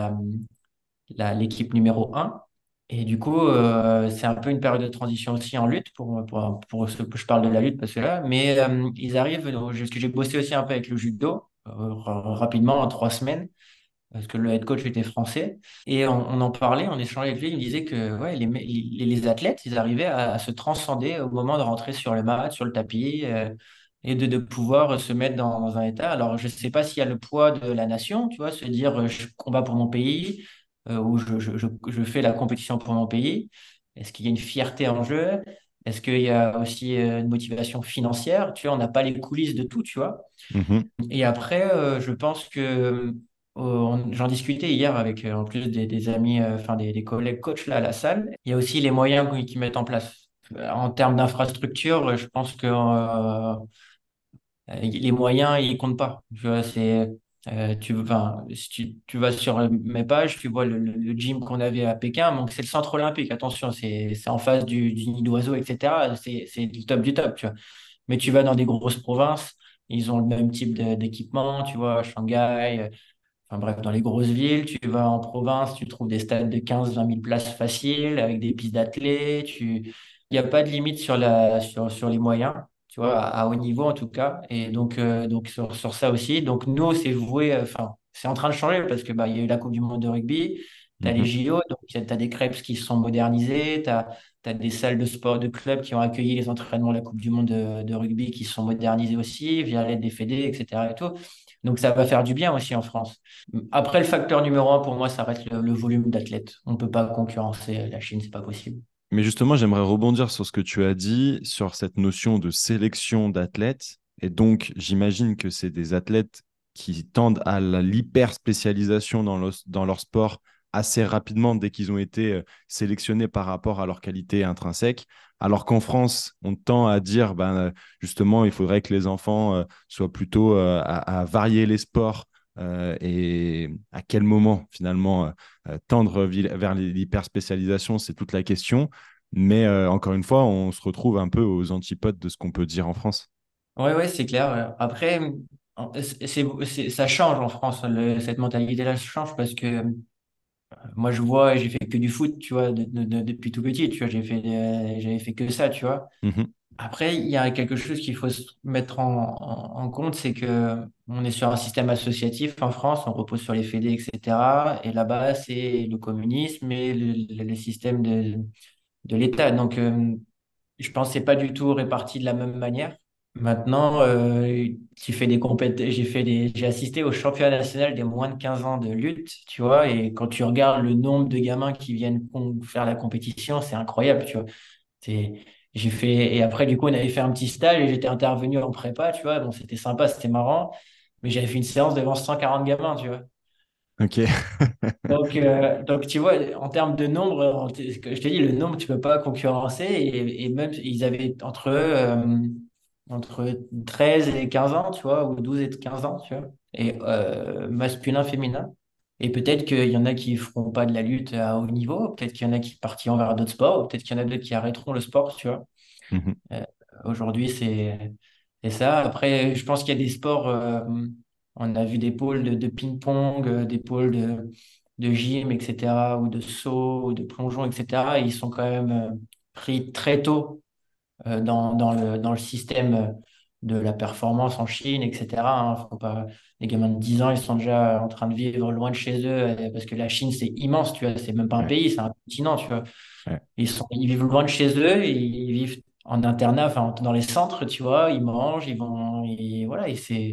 l'équipe numéro un. Et du coup, c'est un peu une période de transition aussi en lutte pour ce que je parle de la lutte parce que là, mais ils arrivent, parce que j'ai bossé aussi un peu avec le judo, rapidement en 3 semaines, parce que le head coach était français. Et on en parlait, on échangeait avec lui, il me disait que ouais, les athlètes, ils arrivaient à se transcender au moment de rentrer sur le mat, sur le tapis. Et de pouvoir se mettre dans un état. Alors, je ne sais pas s'il y a le poids de la nation, tu vois, se dire je combats pour mon pays, ou je fais la compétition pour mon pays. Est-ce qu'il y a une fierté en jeu? Est-ce qu'il y a aussi une motivation financière? Tu vois, on n'a pas les coulisses de tout, tu vois. Mhm. Et après, je pense que j'en discutais hier avec en plus des amis, enfin des collègues coachs là à la salle. Il y a aussi les moyens qu'ils mettent en place. En termes d'infrastructure, je pense que les moyens, ils comptent pas. Tu vois, enfin, si tu vas sur mes pages, tu vois le gym qu'on avait à Pékin. Donc, c'est le centre olympique. Attention, c'est en face du nid d'oiseau, etc. C'est du top, tu vois. Mais tu vas dans des grosses provinces, ils ont le même type d'équipement, tu vois, Shanghai, enfin bref, dans les grosses villes, tu vas en province, tu trouves des stades de 15-20 000 places faciles avec des pistes d'athlètes. Il n'y a pas de limite sur les moyens, tu vois, à haut niveau en tout cas. Et donc sur ça aussi. Donc nous, c'est voué, enfin, c'est en train de changer parce que bah, il y a eu la Coupe du Monde de rugby, tu as les Mhm. JO, donc tu as des crêpes qui se sont modernisés, tu as des salles de sport, de clubs qui ont accueilli les entraînements de la Coupe du Monde de rugby qui se sont modernisés aussi via l'aide des fédés, etc. et tout. Donc ça va faire du bien aussi en France. Après, le facteur numéro un pour moi, ça reste le volume d'athlètes. On ne peut pas concurrencer la Chine, c'est pas possible. Mais justement, j'aimerais rebondir sur ce que tu as dit, sur cette notion de sélection d'athlètes. Et donc, j'imagine que c'est des athlètes qui tendent à l'hyper-spécialisation dans leur sport assez rapidement dès qu'ils ont été sélectionnés par rapport à leur qualité intrinsèque. Alors qu'en France, on tend à dire, ben, justement, il faudrait que les enfants soient plutôt à varier les sports. Et à quel moment, finalement, tendre vers l'hyper-spécialisation, c'est toute la question. Mais encore une fois, on se retrouve un peu aux antipodes de ce qu'on peut dire en France. Ouais, ouais, c'est clair. Ouais. Après, ça change en France. Cette mentalité-là change parce que moi, je vois, j'ai fait que du foot, tu vois, depuis tout petit, tu vois, j'avais fait que ça, tu vois. Mhm, Après, il y a quelque chose qu'il faut se mettre en compte, c'est que on est sur un système associatif en France, on repose sur les fédés, etc. Et là-bas, c'est le communisme et le système de l'État. Donc, je pense que c'est pas du tout réparti de la même manière. Maintenant, j'ai assisté au championnat national des moins de 15 ans de lutte, tu vois, et quand tu regardes le nombre de gamins qui viennent faire la compétition, c'est incroyable, tu vois. C'est, et après, du coup, on avait fait un petit stage et j'étais intervenu en prépa, tu vois. Bon, c'était sympa, c'était marrant, mais j'avais fait une séance devant 140 gamins, tu vois. ok. Donc, tu vois, en termes de nombre, ce que je t'ai dit, le nombre, tu peux pas concurrencer. Et même, ils avaient entre 13 et 15 ans, tu vois, ou 12 et 15 ans, tu vois, et masculin, féminin. Et peut-être qu'il y en a qui feront pas de la lutte à haut niveau, peut-être qu'il y en a qui partiront vers d'autres sports, ou peut-être qu'il y en a d'autres qui arrêteront le sport, tu vois. Mhm. Euh, Aujourd'hui, c'est ça. Après, je pense qu'il y a des sports, on a vu des pôles de ping-pong, des pôles de gym, etc., ou de saut, ou de plongeon, etc., ils sont quand même pris très tôt dans le système de la performance en Chine, etc. hein. Faut pas... Les gamins de 10 ans, ils sont déjà en train de vivre loin de chez eux, parce que la Chine, c'est immense, tu vois, c'est même pas un Ouais, pays, c'est un continent, tu vois. ouais. Ils vivent loin de chez eux, ils vivent en internat, enfin, dans les centres, tu vois, ils mangent, ils vont, et voilà, et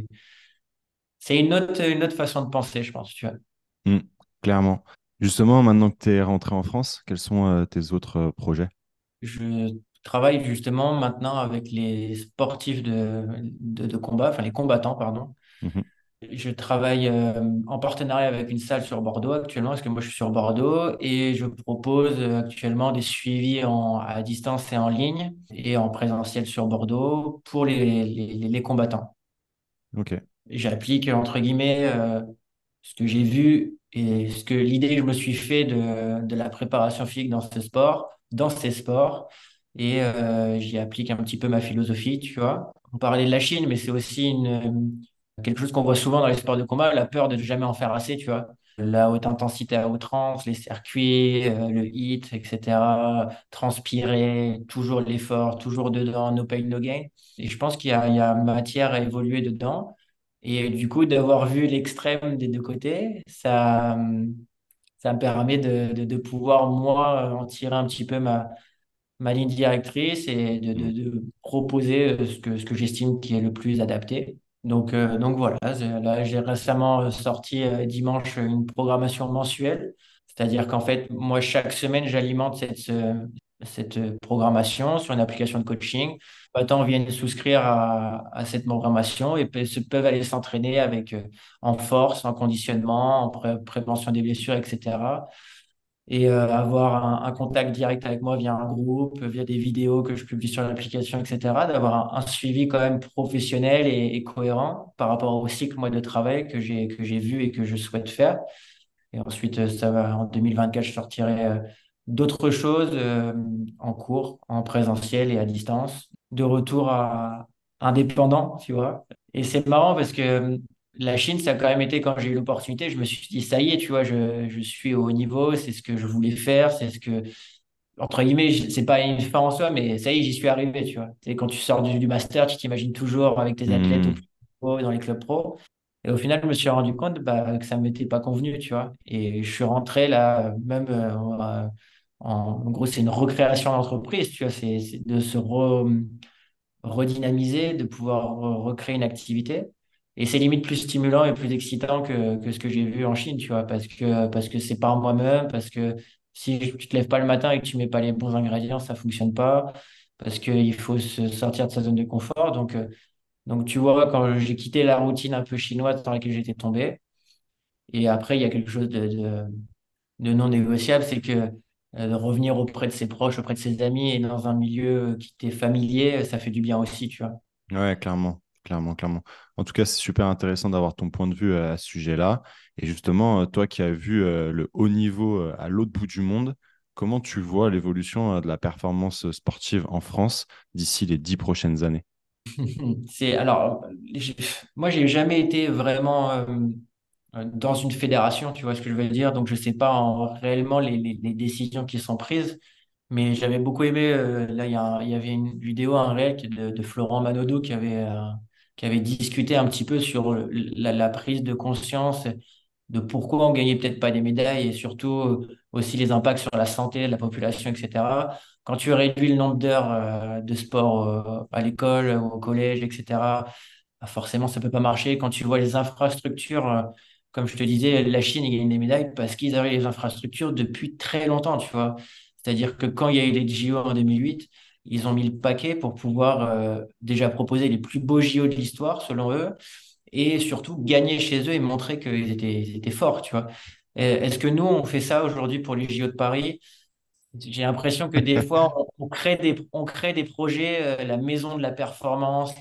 c'est une autre façon de penser, je pense, tu vois. Mm, clairement. Justement, maintenant que tu es rentré en France, quels sont tes autres projets? Je travaille justement maintenant avec les sportifs de combat, enfin les combattants, pardon. Mhm. Je travaille en partenariat avec une salle sur Bordeaux actuellement, parce que moi je suis sur Bordeaux, et je propose actuellement des suivis à distance et en ligne, et en présentiel sur Bordeaux pour les combattants. Ok. J'applique entre guillemets ce que j'ai vu et l'idée que je me suis fait de la préparation physique dans ce sport, dans ces sports, et j'y applique un petit peu ma philosophie, tu vois. On parlait de la Chine, mais c'est aussi quelque chose qu'on voit souvent dans les sports de combat, la peur de ne jamais en faire assez, tu vois. La haute intensité à outrance, les circuits, le hit, etc. Transpirer, toujours l'effort, toujours dedans, no pain, no gain. Et je pense il y a matière à évoluer dedans. Et du coup, d'avoir vu l'extrême des deux côtés, ça me permet de pouvoir, moi, en tirer un petit peu ma ligne directrice et Mm. de proposer ce que j'estime qui est le plus adapté. Donc voilà, là, j'ai récemment sorti dimanche une programmation mensuelle, c'est-à-dire qu'en fait, moi, chaque semaine, j'alimente cette programmation sur une application de coaching. Les combattants viennent souscrire à cette programmation et peuvent aller s'entraîner avec, en force, en conditionnement, en prévention des blessures, etc. Et avoir un contact direct avec moi via un groupe, via des vidéos que je publie sur l'application, etc. D'avoir un suivi quand même professionnel et cohérent par rapport au cycle moi, de travail que j'ai vu et que je souhaite faire. Et ensuite, ça va, en 2024, je sortirai d'autres choses en cours, en présentiel et à distance, de retour à indépendant, tu vois. Et c'est marrant parce que la Chine, ça a quand même été, quand j'ai eu l'opportunité, je me suis dit, ça y est, tu vois, je suis au haut niveau, c'est ce que je voulais faire, c'est ce que, entre guillemets, c'est pas une fin en soi, mais ça y est, j'y suis arrivé, tu vois. C'est quand tu sors du master, tu t'imagines toujours avec tes athlètes au Mm. plus haut dans les clubs pro. Et au final, je me suis rendu compte bah, que ça ne m'était pas convenu, tu vois. Et je suis rentré là, même en gros, c'est une recréation d'entreprise, tu vois. C'est de redynamiser, de pouvoir recréer une activité. Et c'est limite plus stimulant et plus excitant que ce que j'ai vu en Chine, tu vois, parce que c'est par moi-même, parce que si tu te lèves pas le matin et que tu mets pas les bons ingrédients, ça fonctionne pas, parce qu'il faut se sortir de sa zone de confort. Donc, tu vois, quand j'ai quitté la routine un peu chinoise dans laquelle j'étais tombé, et après, il y a quelque chose de non négociable, c'est que de revenir auprès de ses proches, auprès de ses amis et dans un milieu qui t'est familier, ça fait du bien aussi, tu vois. Ouais, clairement, clairement, clairement. En tout cas, c'est super intéressant d'avoir ton point de vue à ce sujet-là. Et justement, toi qui as vu le haut niveau à l'autre bout du monde, comment tu vois l'évolution de la performance sportive en France d'ici les 10 prochaines années? Alors, moi, j'ai jamais été vraiment dans une fédération, tu vois ce que je veux dire. Donc, je sais pas réellement les décisions qui sont prises. Mais j'avais beaucoup aimé, là, il y avait une vidéo, un réel de Florent Manodou qui avait discuté un petit peu sur la prise de conscience de pourquoi on gagnait peut-être pas des médailles et surtout aussi les impacts sur la santé de la population, etc. Quand tu réduis le nombre d'heures de sport à l'école, au collège, etc., bah, forcément, ça peut pas marcher. Quand tu vois les infrastructures, comme je te disais, la Chine, ils gagnent des médailles parce qu'ils avaient les infrastructures depuis très longtemps, tu vois. C'est-à-dire que quand il y a eu les JO en 2008, ils ont mis le paquet pour pouvoir déjà proposer les plus beaux JO de l'histoire, selon eux, et surtout gagner chez eux et montrer ils étaient forts, tu vois. Est-ce que nous, on fait ça aujourd'hui pour les JO de Paris? J'ai l'impression que des fois, on crée des projets, la maison de la performance,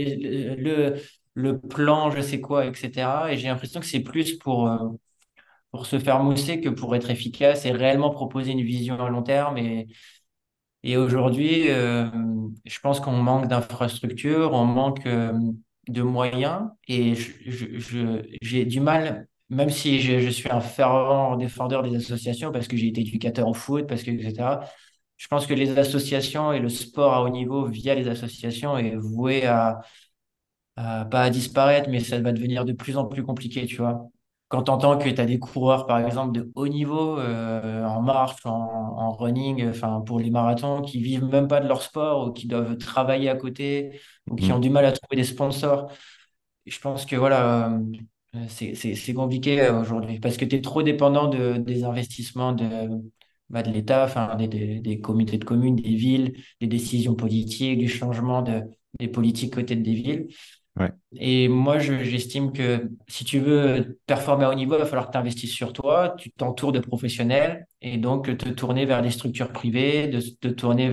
le plan, je sais quoi, etc. Et j'ai l'impression que c'est plus pour se faire mousser que pour être efficace et réellement proposer une vision à long terme. Et aujourd'hui, je pense qu'on manque d'infrastructures, on manque de moyens et j'ai du mal. même si je suis un fervent défendeur des associations parce que j'ai été éducateur au foot, parce que, etc., je pense que les associations et le sport à haut niveau via les associations est voué pas à disparaître, mais ça va devenir de plus en plus compliqué, tu vois. Quand tu entends que tu as des coureurs, par exemple, de haut niveau, en marche, en running, enfin, pour les marathons, qui vivent même pas de leur sport ou qui doivent travailler à côté ou qui Mm. ont du mal à trouver des sponsors, je pense que voilà, c'est compliqué aujourd'hui parce que tu es trop dépendant des investissements de l'État, enfin, des comités de communes, des villes, des décisions politiques, du changement des politiques côté des villes. Ouais. Et moi, j'estime que si tu veux performer à haut niveau, il va falloir que tu investisses sur toi, tu t'entoures de professionnels et donc te tourner vers des structures privées, de te tourner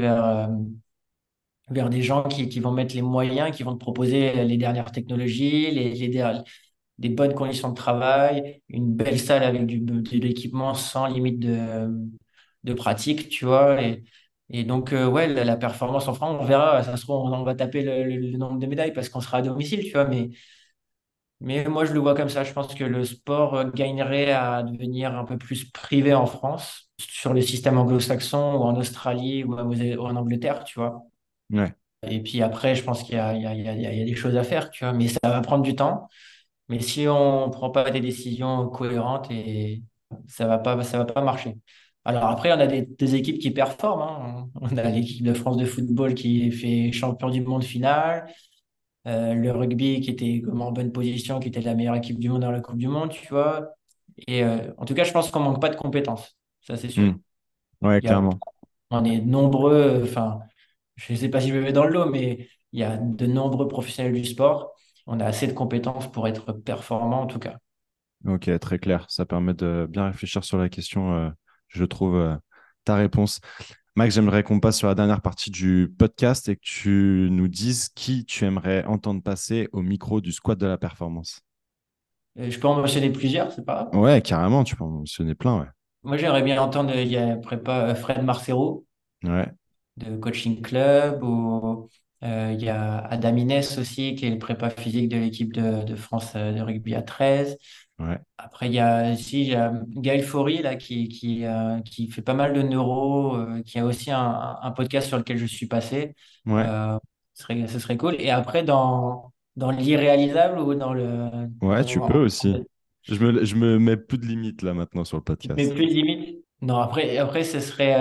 vers des gens qui vont mettre les moyens, qui vont te proposer les dernières technologies, des bonnes conditions de travail, une belle salle avec de l'équipement sans limite de pratique, tu vois. Et donc, ouais, la performance en France, on verra, ça se trouve, on va taper le nombre de médailles parce qu'on sera à domicile, tu vois. Mais moi, je le vois comme ça. Je pense que le sport gagnerait à devenir un peu plus privé en France, sur le système anglo-saxon ou en Australie ou en Angleterre, tu vois. Ouais. Et puis après, je pense qu'il y a, il y a, il y a, il y a des choses à faire, tu vois. Mais ça va prendre du temps. Mais si on prend pas des décisions cohérentes, et ça va pas marcher. Alors après, on a des équipes qui performent, hein. On a l'équipe de France de football qui est fait champion du monde final. Le rugby qui était comme en bonne position, qui était la meilleure équipe du monde dans la Coupe du Monde, tu vois. Et en tout cas, je pense qu'on manque pas de compétences. Ça, c'est sûr. Mm. Ouais, Il y a, clairement. on est nombreux, enfin, je ne sais pas si je me mets dans le lot, mais il y a de nombreux professionnels du sport. On a assez de compétences pour être performant, en tout cas. Ok, très clair. Ça permet de bien réfléchir sur la question, je trouve, ta réponse. Max, j'aimerais qu'on passe sur la dernière partie du podcast et que tu nous dises qui tu aimerais entendre passer au micro du squat de la performance. Je peux en mentionner plusieurs, c'est pas grave. Ouais, carrément, tu peux en mentionner plein, ouais. Moi, j'aimerais bien entendre, il y a Fred Marcero Ouais, de Coaching Club, ou il y a Adam Inès aussi, qui est le prépa physique de l'équipe de France de rugby à 13. ouais, Après, il y a Gaël Faury, là, qui fait pas mal de neuro, qui a aussi un podcast sur lequel je suis passé. ouais, Euh, ce serait cool. Et après, dans l'irréalisable ou ouais, tu peux aussi. Je me mets plus de limites là maintenant sur le tu te mets podcast. plus limite? Non, après, ce serait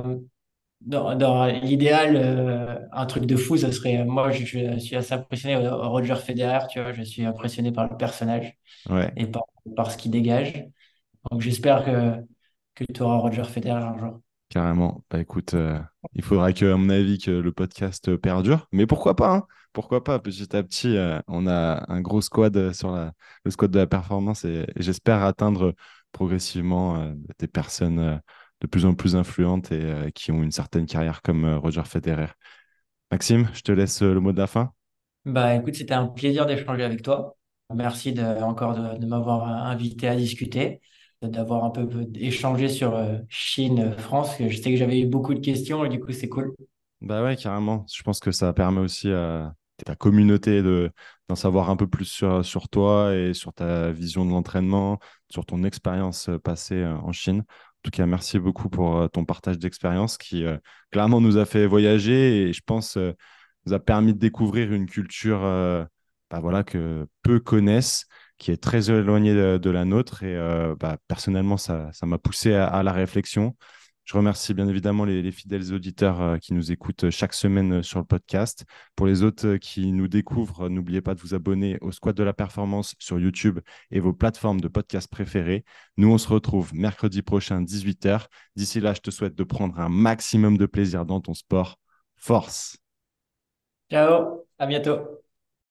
dans l'idéal, un truc de fou, ce serait, moi, je suis assez impressionné, Roger Federer, tu vois, je suis impressionné par le personnage Ouais. et par ce qu'il dégage. Donc, j'espère que tu auras Roger Federer un jour. Carrément. Bah écoute, il faudra que, à mon avis, que le podcast perdure. Mais pourquoi pas, hein? Pourquoi pas? Petit à petit, on a un gros squad sur le squad de la performance et j'espère atteindre progressivement des personnes de plus en plus influentes et qui ont une certaine carrière comme Roger Federer. Maxime, je te laisse le mot de la fin. Bah, écoute, c'était un plaisir d'échanger avec toi. Merci encore de m'avoir invité à discuter, d'avoir un peu échangé sur Chine-France. Je sais que j'avais eu beaucoup de questions et du coup, c'est cool. Bah ouais, carrément. Je pense que ça permet aussi à ta communauté d'en savoir un peu plus sur toi et sur ta vision de l'entraînement, sur ton expérience passée en Chine. En tout cas, merci beaucoup pour ton partage d'expérience qui clairement nous a fait voyager et je pense nous a permis de découvrir une culture bah voilà, que peu connaissent, qui est très éloignée de la nôtre. Et bah, personnellement, ça m'a poussé à la réflexion. Je remercie bien évidemment les fidèles auditeurs qui nous écoutent chaque semaine sur le podcast. Pour les autres qui nous découvrent, n'oubliez pas de vous abonner au Squad de la Performance sur YouTube et vos plateformes de podcast préférées. Nous, on se retrouve mercredi prochain, 18h. D'ici là, je te souhaite de prendre un maximum de plaisir dans ton sport. Force! Ciao, à bientôt.